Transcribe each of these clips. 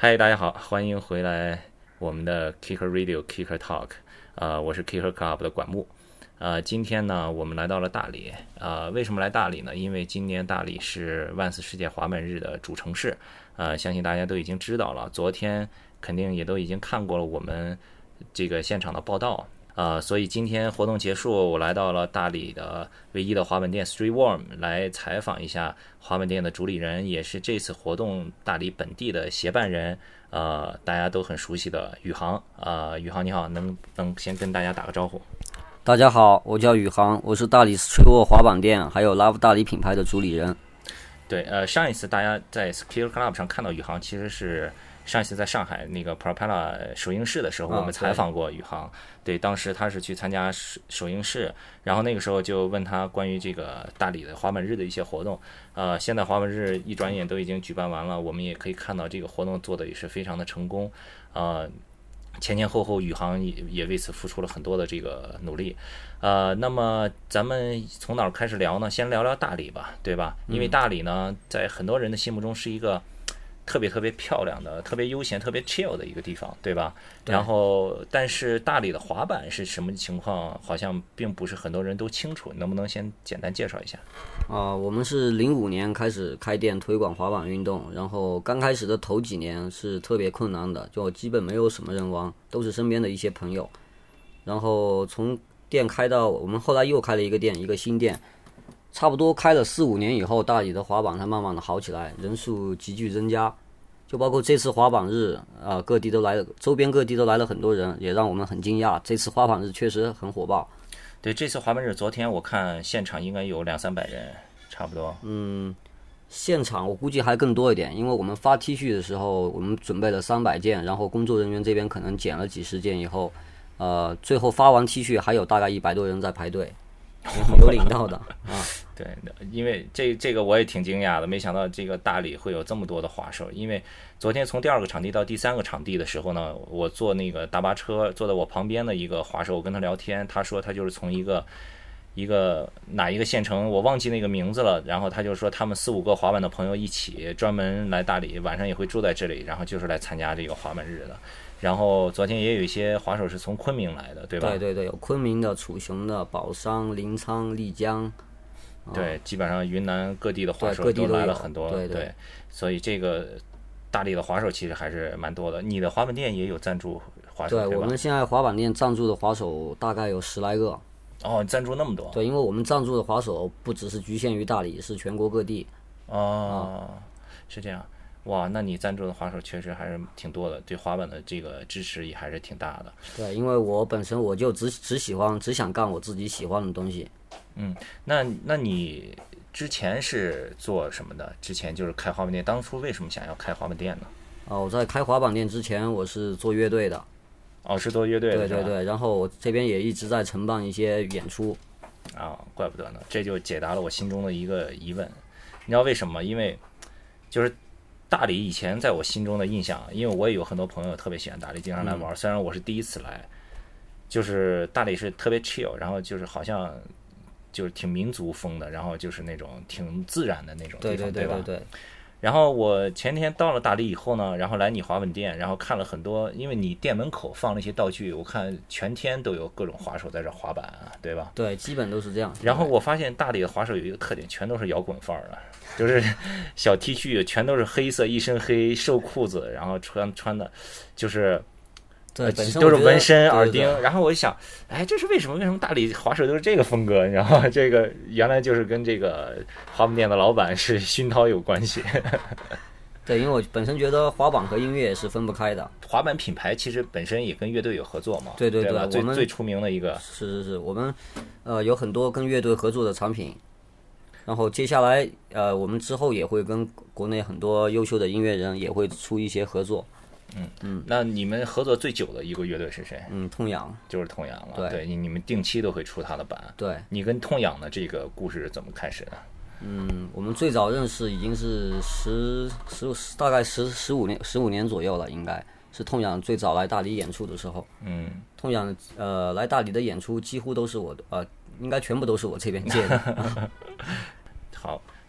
嗨，大家好，欢迎回来我们的 Kicker Radio Kicker Talk，我是 Kicker Club 的管木。今天呢，我们来到了大理。为什么来大理呢？因为今年大理是万斯世界滑板日的主城市。相信大家都已经知道了，昨天肯定也都已经看过了我们这个现场的报道。所以今天活动结束，我来到了大理的唯一的滑板店 Street Warm 来采访一下滑板店的主理人，也是这次活动大理本地的协办人，大家都很熟悉的宇航。宇航你好，能先跟大家打个招呼？ 大家好，我叫宇航，我是大理 Street Warm 滑板店还有 Love 大理品牌的主理人。 对，上一次大家在 Skill Club 上看到宇航，其实是上一次在上海那个 Propeller 首映式的时候，我们采访过宇航。对，当时他是去参加首映式，然后那个时候就问他关于这个大理的滑板日的一些活动。现在滑板日一转眼都已经举办完了，我们也可以看到这个活动做的也是非常的成功。前后宇航也为此付出了很多的这个努力。那么咱们从哪儿开始聊呢？先聊聊大理吧，对吧？因为大理呢，在很多人的心目中是一个特别漂亮的、特别悠闲、特别 chill 的一个地方，对吧？然后，但是大理的滑板是什么情况，好像并不是很多人都清楚。能不能先简单介绍一下？ 我们是05年开始开店推广滑板运动，然后刚开始的头几年是特别困难的，就基本没有什么人玩，都是身边的一些朋友。然后从店开到我们后来又开了一个店，一个新店，差不多开了4-5年以后，大理的滑板才慢慢的好起来，人数急剧增加。就包括这次滑板日，各地都来了，周边各地都来了很多人，也让我们很惊讶。这次滑板日确实很火爆。 对，这次滑板日，昨天我看现场应该有200-300人，差不多。 现场我估计还更多一点，因为我们发 T 恤的时候，我们准备了300件，然后工作人员这边可能捡了几十件以后，最后发完 T 恤还有大概100多人在排队，有领到的啊。 对，因为这个我也挺惊讶的，没想到这个大理会有这么多的滑手。因为昨天从第2个场地到第3个场地的时候呢，我坐那个大巴车，坐在我旁边的一个滑手，我跟他聊天，他说他就是从一个哪一个县城，我忘记那个名字了，然后他就说他们4-5个滑板的朋友一起专门来大理，晚上也会住在这里，然后就是来参加这个滑板日的。然后昨天也有一些滑手是从昆明来的，对吧？ 对，有昆明的、楚雄的、宝山、临沧、丽江。 对，基本上云南各地的滑手都来了很多。对，所以这个大理的滑手其实还是蛮多的。你的滑板店也有赞助滑手，对吧？ 我们现在滑板店赞助的滑手大概有10来个。 哦，赞助那么多？ 对，因为我们赞助的滑手不只是局限于大理，是全国各地。 是这样。哇，那你赞助的滑手确实还是挺多的，对滑板的这个支持也还是挺大的。 对，因为我本身我就只想干我自己喜欢的东西。 那你之前是做什么的？之前就是开滑板店，当初为什么想要开滑板店呢？ 我在开滑板店之前，我是做乐队的。 是做乐队的。 对，然后我这边也一直在承办一些演出。 怪不得呢，这就解答了我心中的一个疑问。你知道为什么？因为就是大理以前在我心中的印象，因为我也有很多朋友特别喜欢大理，经常来玩。虽然我是第一次来，就是大理是特别 chill，然后就是好像就是挺民族风的，然后就是那种挺自然的那种地方，对吧？ 对。 然后我前天到了大理以后呢，然后来你滑板店，然后看了很多，因为你店门口放了一些道具，我看全天都有各种滑手在这滑板，对吧？ 对，基本都是这样。 然后我发现大理的滑手有一个特点，全都是摇滚范儿的，就是小 T 恤全都是黑色，一身黑，瘦裤子，然后穿的就是对， 都是纹身、耳钉。 对。 然后我就想，这是为什么？为什么大理滑手都是这个风格？然后这个原来就是跟这个滑板店的老板是熏陶有关系。 对，因为我本身觉得滑板和音乐是分不开的。 滑板品牌其实本身也跟乐队有合作嘛。 对， 我们最出名的一个是我们有很多跟乐队合作的产品。然后接下来我们之后也会跟国内很多优秀的音乐人也会出一些合作。 那你们合作最久的一个乐队是谁？ 痛仰， 就是痛仰了。对，你们定期都会出他的版。 对， 你跟痛仰的这个故事怎么开始的？ 我们最早认识已经是大概15年左右了，应该是痛仰最早来大理演出的时候。痛仰来大理的演出几乎都是我应该全部都是我这边接的。 好，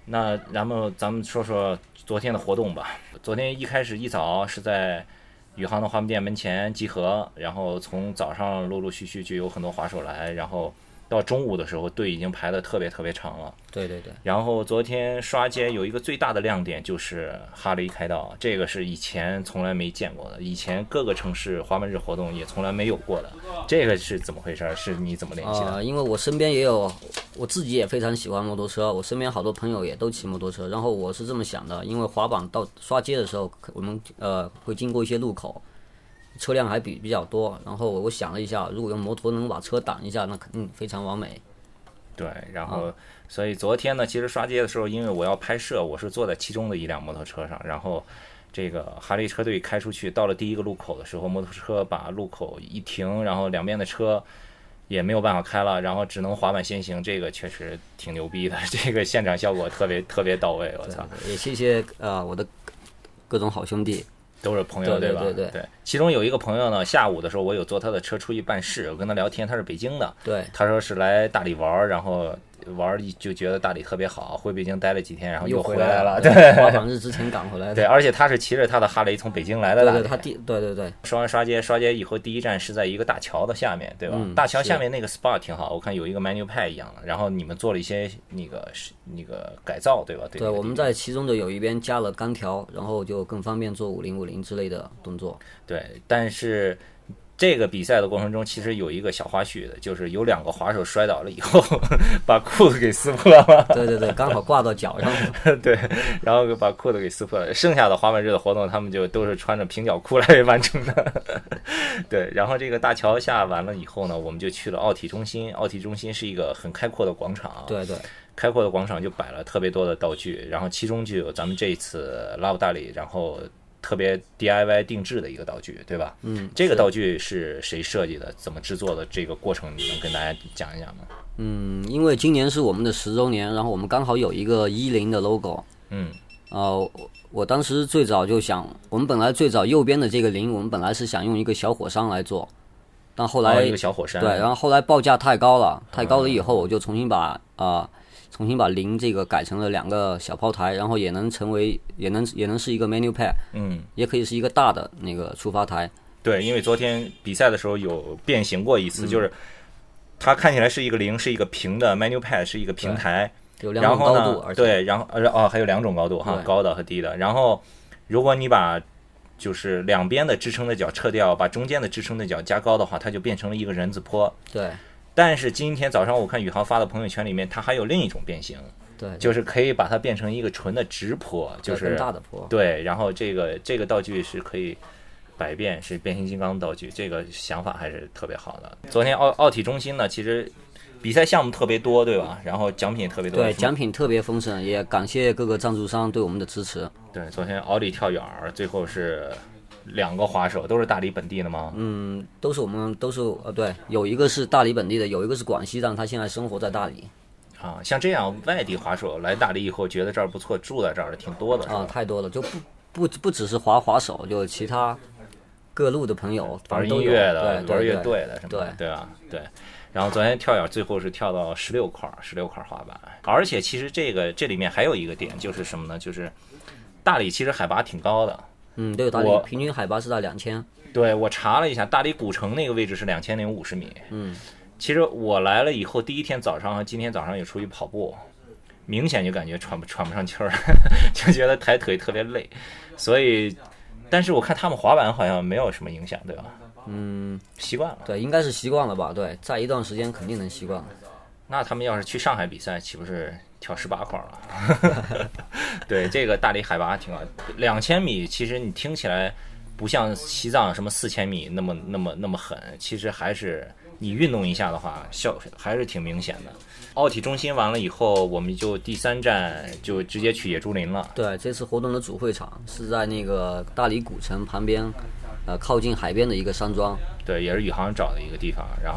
那咱们说说昨天的活动吧。昨天一开始一早是在宇航的滑板店门前集合，然后从早上陆陆续续就有很多滑手来，然后到中午的时候队已经排得特别特别长了。 对对对。 然后昨天刷街有一个最大的亮点就是哈雷开道，这个是以前从来没见过的，以前各个城市滑板日活动也从来没有过的。这个是怎么回事？是你怎么联系的？ 因为我身边也有，我自己也非常喜欢摩托车，我身边好多朋友也都骑摩托车。然后我是这么想的，因为滑板到刷街的时候，我们会经过一些路口，车辆还比较多。然后我想了一下，如果用摩托能把车挡一下，那肯定非常完美。 对，然后所以昨天呢，其实刷街的时候，因为我要拍摄，我是坐在其中的一辆摩托车上，然后这个哈雷车队开出去，到了第一个路口的时候，摩托车把路口一停，然后两边的车也没有办法开了，然后只能滑板先行，这个确实挺牛逼的，这个现场效果特别到位，我操！ 也谢谢我的各种好兄弟。 都是朋友， 对吧？ 对， 其中有一个朋友呢，下午的时候我有坐他的车出去办事，我跟他聊天，他是北京的， 对， 他说是来大理玩，然后玩就觉得大理特别好，回北京待了几天，然后又回来了，对， 滑板日之前赶回来的， 对，而且他是骑着他的哈雷从北京来的， 对， 说完刷街以后，第一站是在一个大桥的下面，对吧？大桥下面那个 SPA 挺好，我看有一个 menu pad 一样的，然后你们做了一些那个改造，对吧？ 对，我们在其中的有一边加了钢条，然后就更方便做5050之类的动作。 对，但是这个比赛的过程中，其实有一个小花絮的，就是有2个滑手摔倒了以后，把裤子给撕破了。 对，刚好挂到脚上。 对，然后把裤子给撕破了。剩下的滑板日的活动，他们就都是穿着平角裤来完成的。对，然后这个大桥下完了以后呢，我们就去了奥体中心。奥体中心是一个很开阔的广场。 对。 开阔的广场就摆了特别多的道具，然后其中就有咱们这一次 Love 大理，然后特别 DIY 定制的一个道具，对吧？这个道具是谁设计的？怎么制作的？这个过程你能跟大家讲一讲吗？ 因为今年是我们的10周年，然后我们刚好有一个10的 logo。我当时最早就想，我们本来最早右边的这个0，我们本来是想用一个小火山来做，但后来一个小火山， 对，然后后来报价太高了以后，我就重新把0这个改成了2个小炮台，然后也能成为也能是一个 menu pad， 也可以是一个大的那个出发台。 对，因为昨天比赛的时候有变形过一次，就是它看起来是一个0，是一个平的 menu pad， 是一个平台， 有2种高度，而且对，然后还有2种高度哈，高的和低的。然后如果你把就是两边的支撑的脚撤掉，把中间的支撑的脚加高的话，它就变成了一个人字坡。 对。 但是今天早上我看宇航发的朋友圈里面，它还有另一种变形， 对， 就是可以把它变成一个纯的直坡，就是更大的坡。 对，然后这个道具是可以百变，是变形金刚道具，这个想法还是特别好的。昨天奥体中心呢，其实比赛项目特别多，对吧？然后奖品特别多， 对，奖品特别丰盛，也感谢各个赞助商对我们的支持。 对，昨天奥利跳远最后是2个滑手，都是大理本地的吗？ 都是对，有一个是大理本地的，有一个是广西，但他现在生活在大理。 像这样外地滑手来大理以后，觉得这儿不错，住在这儿的挺多的。 太多了，就不只是滑手，就其他各路的朋友， 玩音乐的， 玩乐队的什么的，对吧？对。然后昨天跳远最后是跳到16块滑板，而且其实这里面还有一个点就是什么呢？就是大理其实海拔挺高的。 对，大理平均海拔是在2000。 对，我查了一下，大理古城那个位置是2050米。其实我来了以后，第一天早上和今天早上也出去跑步，明显就感觉喘不上气儿，就觉得抬腿特别累。所以，但是我看他们滑板好像没有什么影响，对吧？习惯了。 对，应该是习惯了吧？对，在一段时间肯定能习惯。 那他们要是去上海比赛，岂不是跳18块了？对，这个大理海拔挺高，2000米，其实你听起来不像西藏什么4000米那么狠，其实还是你运动一下的话，还是挺明显的。奥体中心完了以后，我们就第3站就直接去野猪林了。 对，这次活动的主会场是在那个大理古城旁边，靠近海边的一个山庄。 对，也是宇航找的一个地方。然后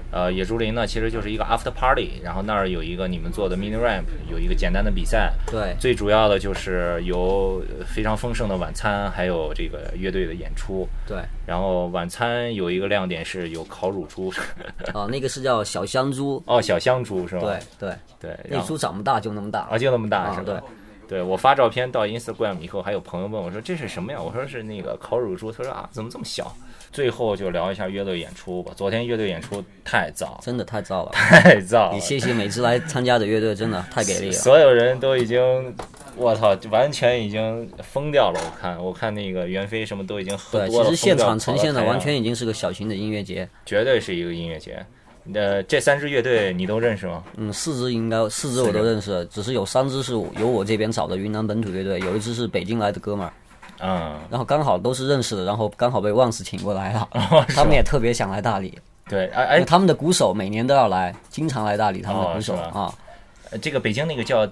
野猪林呢其实就是一个 after party， 然后那儿有一个你们做的 mini ramp， 有一个简单的比赛。 对， 最主要的就是有非常丰盛的晚餐，还有这个乐队的演出。 对， 然后晚餐有一个亮点是有烤乳猪。 那个是叫小香猪。 小香猪是吧？对， 那猪长不大就那么大。 就那么大是吧？ 对。 对，我发照片到 Instagram 以后，还有朋友问我说这是什么呀？我说是那个烤乳猪。他说怎么这么小？最后就聊一下乐队演出吧。昨天乐队演出太燥， 真的太燥了， 太燥了。 你谢谢每次来参加的乐队，真的太给力了。 所有人都已经，我操，完全已经疯掉了。我看那个袁飞什么都已经喝多了。 对，其实现场呈现的完全已经是个小型的音乐节， 绝对是一个音乐节。这3支乐队你都认识吗 ？4支我都认识，只是有3支是由我这边找的云南本土乐队，有一支是北京来的哥们儿。然后刚好都是认识的，然后刚好被旺斯请过来了，他们也特别想来大理。 对， 他们的鼓手每年都要来，经常来大理。他们的鼓手这个北京那个叫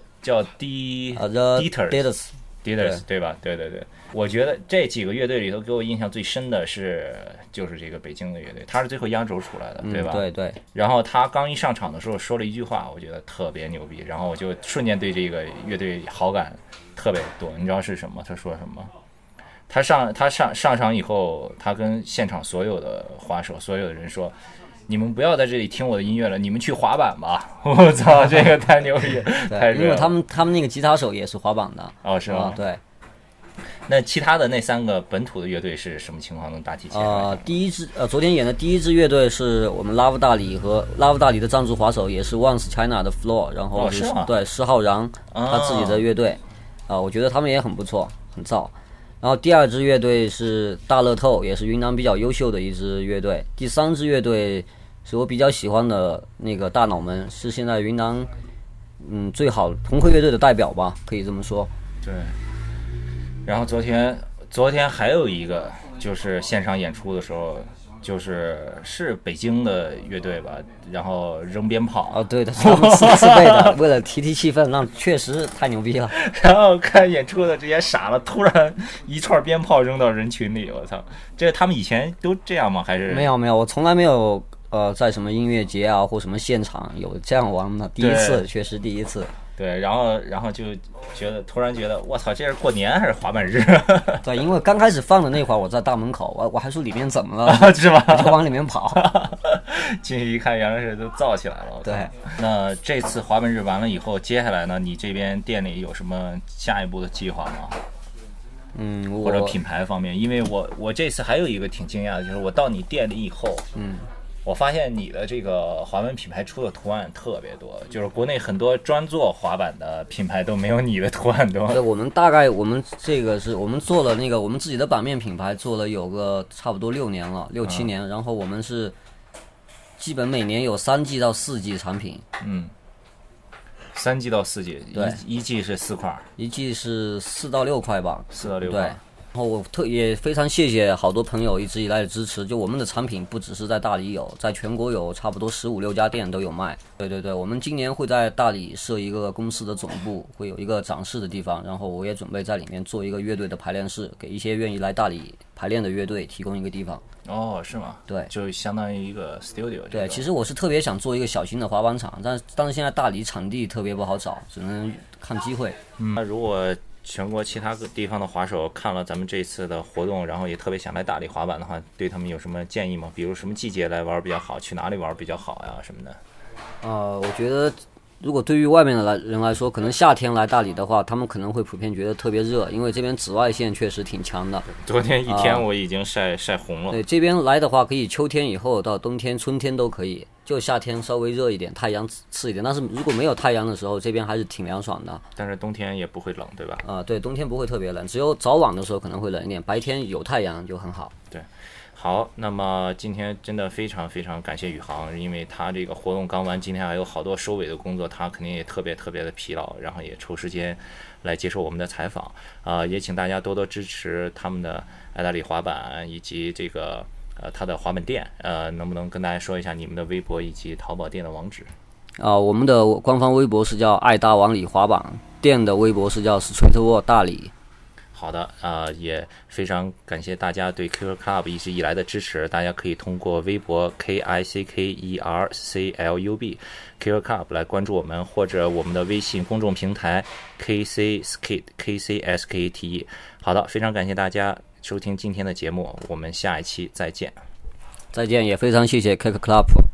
Dieters 对吧？对，我觉得这几个乐队里头给我印象最深的就是这个北京的乐队，他是最后压轴出来的，对吧？ 对。 然后他刚一上场的时候说了一句话，我觉得特别牛逼，然后我就瞬间对这个乐队好感特别多。你知道是什么？他说什么？他上场以后，他跟现场所有的滑手、所有的人说：“你们不要在这里听我的音乐了，你们去滑板吧！”我操，这个太牛逼，太因为他们那个吉他手也是滑板的。 是吗？ 对。 那其他的那3个本土的乐队是什么情况？能大体介绍一下？ 昨天演的第一支乐队是我们 Love 大理和 Love 大理的赞助滑手，也是 Once China 的 Floor， 然后对施浩然他自己的乐队。我觉得他们也很不错，很燥。然后第2支乐队是大乐透，也是云南比较优秀的一支乐队。第3支乐队是我比较喜欢的那个大脑门，是现在云南最好朋克乐队的代表吧，可以这么说。 对。然后昨天还有一个就是现场演出的时候，是北京的乐队吧，然后扔鞭炮。 对的，他们自备的，为了提气氛，那确实太牛逼了。 然后看演出的直接傻了，突然一串鞭炮扔到人群里，我操！这他们以前都这样吗？还是没有，我从来没有在什么音乐节啊或什么现场有这样玩的，第一次，确实第一次。 对，然后就突然觉得，我操，这是过年还是滑板日？ 对，因为刚开始放的那会儿，我在大门口，我还说里面怎么了， 是吧？ 我就往里面跑， 进去一看，原来是都燥起来了。 对， 那这次滑板日完了以后，接下来呢，你这边店里有什么下一步的计划吗？或者品牌方面，因为我这次还有一个挺惊讶的，就是我到你店里以后，我发现你的这个滑板品牌出的图案特别多，就是国内很多专做滑板的品牌都没有你的图案多。 对，我们这个是我们做了那个我们自己的板面品牌，做了有个差不多6年了，6-7年，然后我们是基本每年有3季到4季产品。 3季到4季， 对， 一季是4块， 一季是4到6块吧 ，4到6块。 对。然后我也非常谢谢好多朋友一直以来的支持，就我们的产品不只是在大理有，在全国有差不多15-16家店都有卖。对，我们今年会在大理设一个公司的总部，会有一个展示的地方，然后我也准备在里面做一个乐队的排练室，给一些愿意来大理排练的乐队提供一个地方。 是吗？ 对， 就相当于一个 studio。 对，其实我是特别想做一个小型的滑板场，但是现在大理场地特别不好找，只能看机会。 那如果全国其他个地方的滑手看了咱们这一次的活动，然后也特别想来大理滑板的话，对他们有什么建议吗？比如什么季节来玩比较好，去哪里玩比较好呀什么的？ 我觉得如果对于外面的人来说，可能夏天来大理的话，他们可能会普遍觉得特别热，因为这边紫外线确实挺强的。 昨天一天我已经晒红了。 对，这边来的话，可以秋天以后到冬天、春天都可以。就夏天稍微热一点，太阳刺一点，但是如果没有太阳的时候，这边还是挺凉爽的。 但是冬天也不会冷，对吧？ 对，冬天不会特别冷，只有早晚的时候可能会冷一点，白天有太阳就很好。 对，好，那么今天真的非常非常感谢宇航，因为他这个活动刚完，今天还有好多收尾的工作，他肯定也特别特别的疲劳，然后也抽时间来接受我们的采访。也请大家多多支持他们的爱大理滑板以及这个他的滑板店。能不能跟大家说一下你们的微博以及淘宝店的网址？ 我们的官方微博是叫爱大王里滑板，店的微博是叫 Streetworld 大理。 好的，也非常感谢大家对 Killer Club 一直以来的支持。大家可以通过微博 KICKERCLUB Killer Club 来关注我们，或者我们的微信公众平台 KCSKATE。好的，非常感谢大家收听今天的节目，我们下一期再见。 再见，也非常谢谢 Killer Club。